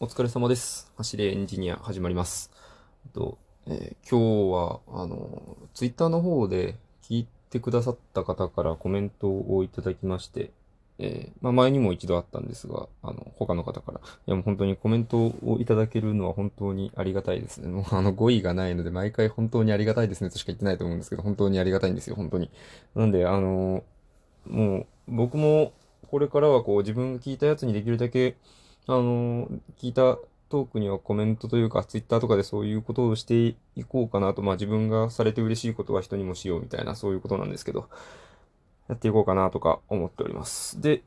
お疲れ様です。走れエンジニア始まります。今日は、ツイッターの方で聞いてくださった方からコメントをいただきまして、前にも一度あったんですが、他の方から、いやもう本当にコメントをいただけるのは本当にありがたいですね。もう語彙がないので、毎回本当にありがたいですねとしか言ってないと思うんですけど、本当にありがたいんですよ、本当に。なんで、もう、僕も、これからはこう、自分が聞いたやつにできるだけ、聞いたトークにはコメントというか、ツイッターとかでそういうことをしていこうかなと、自分がされて嬉しいことは人にもしようみたいな、そういうことなんですけど、やっていこうかなとか思っております。で、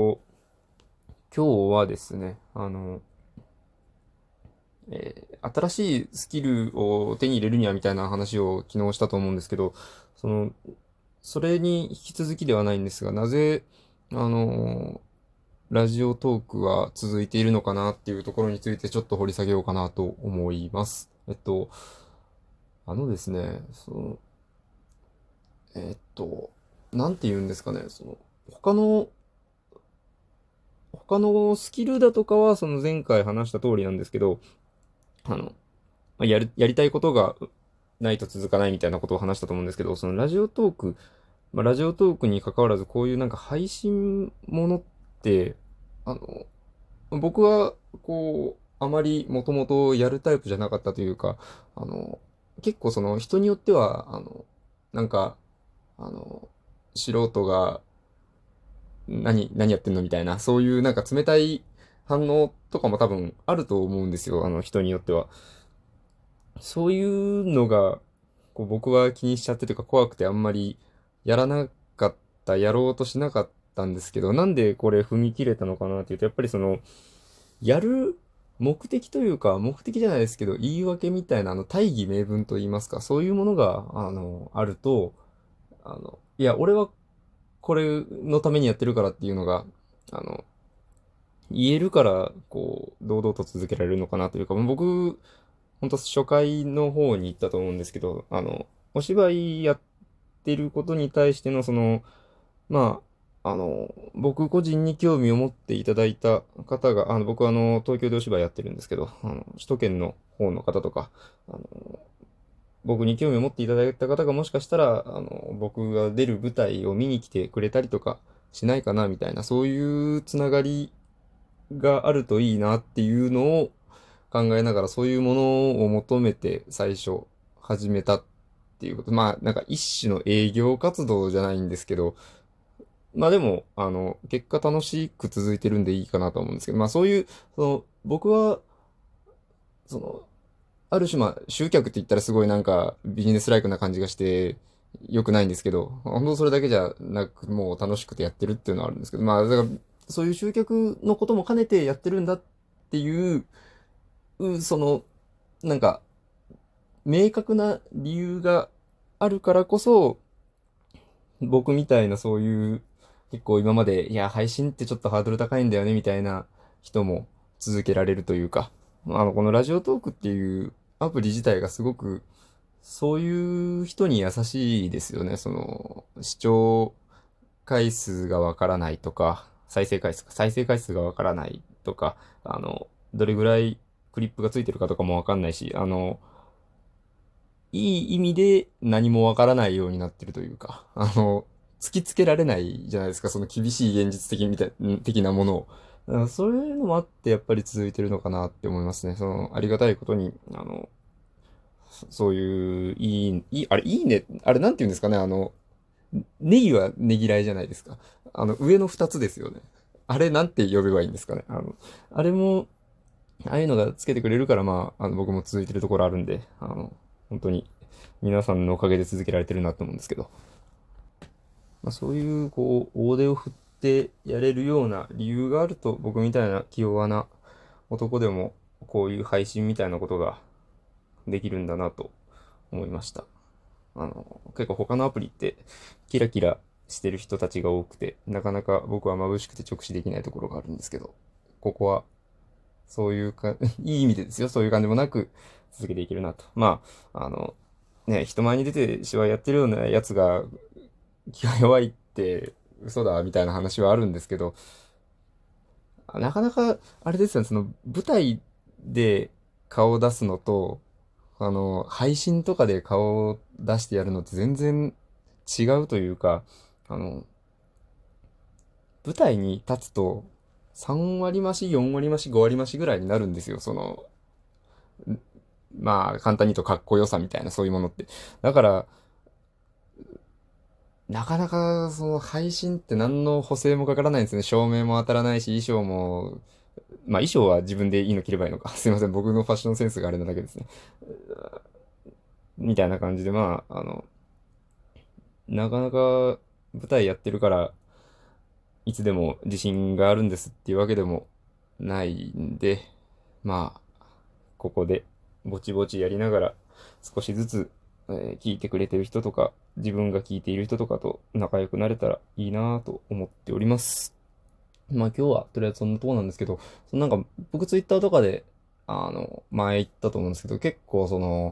今日はですね、新しいスキルを手に入れるにはみたいな話を昨日したと思うんですけど、その、それに引き続きではないんですが、なぜ、あの、ラジオトークは続いているのかなっていうところについてちょっと掘り下げようかなと思います。ですね、えっと、なんて言うんですかね、他のスキルだとかはその前回話した通りなんですけど、あの、やりたいことがないと続かないみたいなことを話したと思うんですけど、そのラジオトーク、ラジオトークに関わらずこういうなんか配信ものって、あの、僕は、あまりもともとやるタイプじゃなかったというか、あの、結構その人によっては、なんか、あの、素人が何やってんのみたいな、そういうなんか冷たい反応とかも多分あると思うんですよ、人によっては。そういうのが、僕は気にしちゃってというか怖くてあんまりやらなかった、やろうとしなかったんですけど、なんでこれ踏み切れたのかなっていうと、やっぱりやる目的というか、目的じゃないですけど、言い訳みたいな、大義名分と言いますか、そういうものが、あると、いや、俺はこれのためにやってるからっていうのが、あの、言えるから、堂々と続けられるのかなというか、僕、本当初回の方に行ったと思うんですけど、お芝居やってることに対しての、僕個人に興味を持っていただいた方が、僕は東京でお芝居やってるんですけど、首都圏の方の方とか、あの、僕に興味を持っていただいた方がもしかしたら、僕が出る舞台を見に来てくれたりとかしないかな、みたいな、そういうつながりがあるといいなっていうのを考えながら、そういうものを求めて最初始めたっていうこと。なんか一種の営業活動じゃないんですけど、でも、結果楽しく続いてるんでいいかなと思うんですけど、そういう、僕は、その、ある種集客って言ったらすごいなんかビジネスライクな感じがして、良くないんですけど、本当それだけじゃなく、もう楽しくてやってるっていうのはあるんですけど、だから、そういう集客のことも兼ねてやってるんだっていう、なんか、明確な理由があるからこそ、僕みたいなそういう結構今まで、いや、配信ってちょっとハードル高いんだよねみたいな人も続けられるというか、このラジオトークっていうアプリ自体がすごくそういう人に優しいですよね。視聴回数がわからないとか、再生回数がわからないとか、どれぐらいクリップがついてるかとかもわかんないし、いい意味で何もわからないようになってるというか、突きつけられないじゃないですか、その厳しい現実的なものを。だからそういうのもあってやっぱり続いてるのかなって思いますね。ありがたいことに、そういう、いいね、あれなんて言うんですかね、ネギはねぎらいじゃないですか。上の二つですよね。あれなんて呼べばいいんですかね。あれも、ああいうのがつけてくれるから、僕も続いてるところあるんで、本当に皆さんのおかげで続けられてるなと思うんですけど、そういう、大手を振ってやれるような理由があると、僕みたいな気弱な男でも、こういう配信みたいなことができるんだなと思いました。結構他のアプリってキラキラしてる人たちが多くて、なかなか僕は眩しくて直視できないところがあるんですけど、ここはそういうか、いい意味でですよ、そういう感じもなく続けていけるなと。人前に出て芝居やってるようなやつが気が弱いって嘘だみたいな話はあるんですけど、 なかなか、あれですよね、その舞台で顔を出すのと、配信とかで顔を出してやるのって全然違うというか、あの、舞台に立つと、3割増し、4割増し、5割増しぐらいになるんですよ、まあ、簡単に言うとかっこよさみたいな、そういうものって。だから、なかなか、その配信って何の補正もかからないんですね。照明も当たらないし、衣装も、まあ衣装は自分でいいの着ればいいのか。すいません。僕のファッションセンスがあれなだけですね。みたいな感じで、まあ、なかなか舞台やってるから、いつでも自信があるんですっていうわけでもないんで、まあ、ここでぼちぼちやりながら少しずつ、聞いてくれてる人とか、自分が聞いている人とかと仲良くなれたらいいなぁと思っております。まあ今日はとりあえずそんなとこなんですけど、なんか僕ツイッターとかで、前言ったと思うんですけど、結構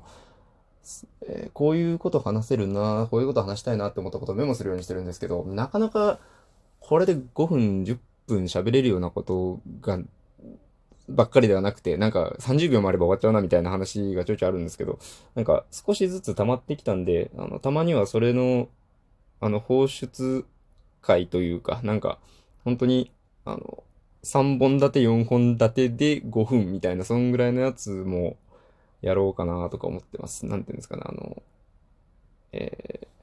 こういうこと話せるな、こういうこと話したいなって思ったことをメモするようにしてるんですけど、なかなかこれで5分、10分喋れるようなことが、ばっかりではなくて、なんか30秒もあれば終わっちゃうなみたいな話がちょいちょいあるんですけど、なんか少しずつ溜まってきたんで、たまにはそれの、放出回というか、なんか、本当に、3本立て、4本立てで5分みたいな、そんぐらいのやつもやろうかなとか思ってます。なんていうんですかね、え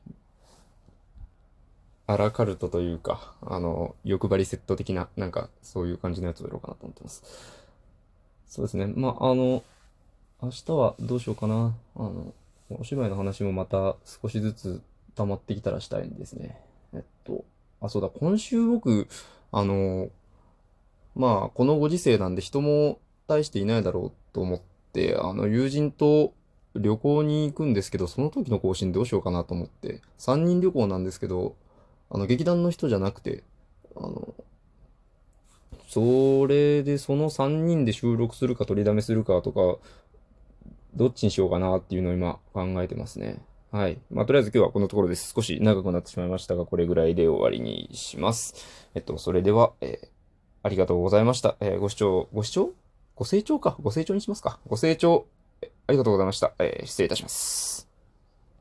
アラカルトというか、欲張りセット的な、なんか、そういう感じのやつをやろうかなと思ってます。そうですね。まあ、明日はどうしようかな。お芝居の話もまた少しずつ溜まってきたらしたいんですね。そうだ、今週僕、あの、まあ、このご時世なんで人も大していないだろうと思って、友人と旅行に行くんですけど、その時の更新どうしようかなと思って、3人旅行なんですけど、劇団の人じゃなくて、あの、それでその3人で収録するか取りだめするかとか、どっちにしようかなっていうのを今考えてますね。はい。まあ、とりあえず今日はこのところです。少し長くなってしまいましたが、これぐらいで終わりにします。それでは、ありがとうございました。ご視聴か。ご清聴にしますか。ご清聴、ありがとうございました。失礼いたします。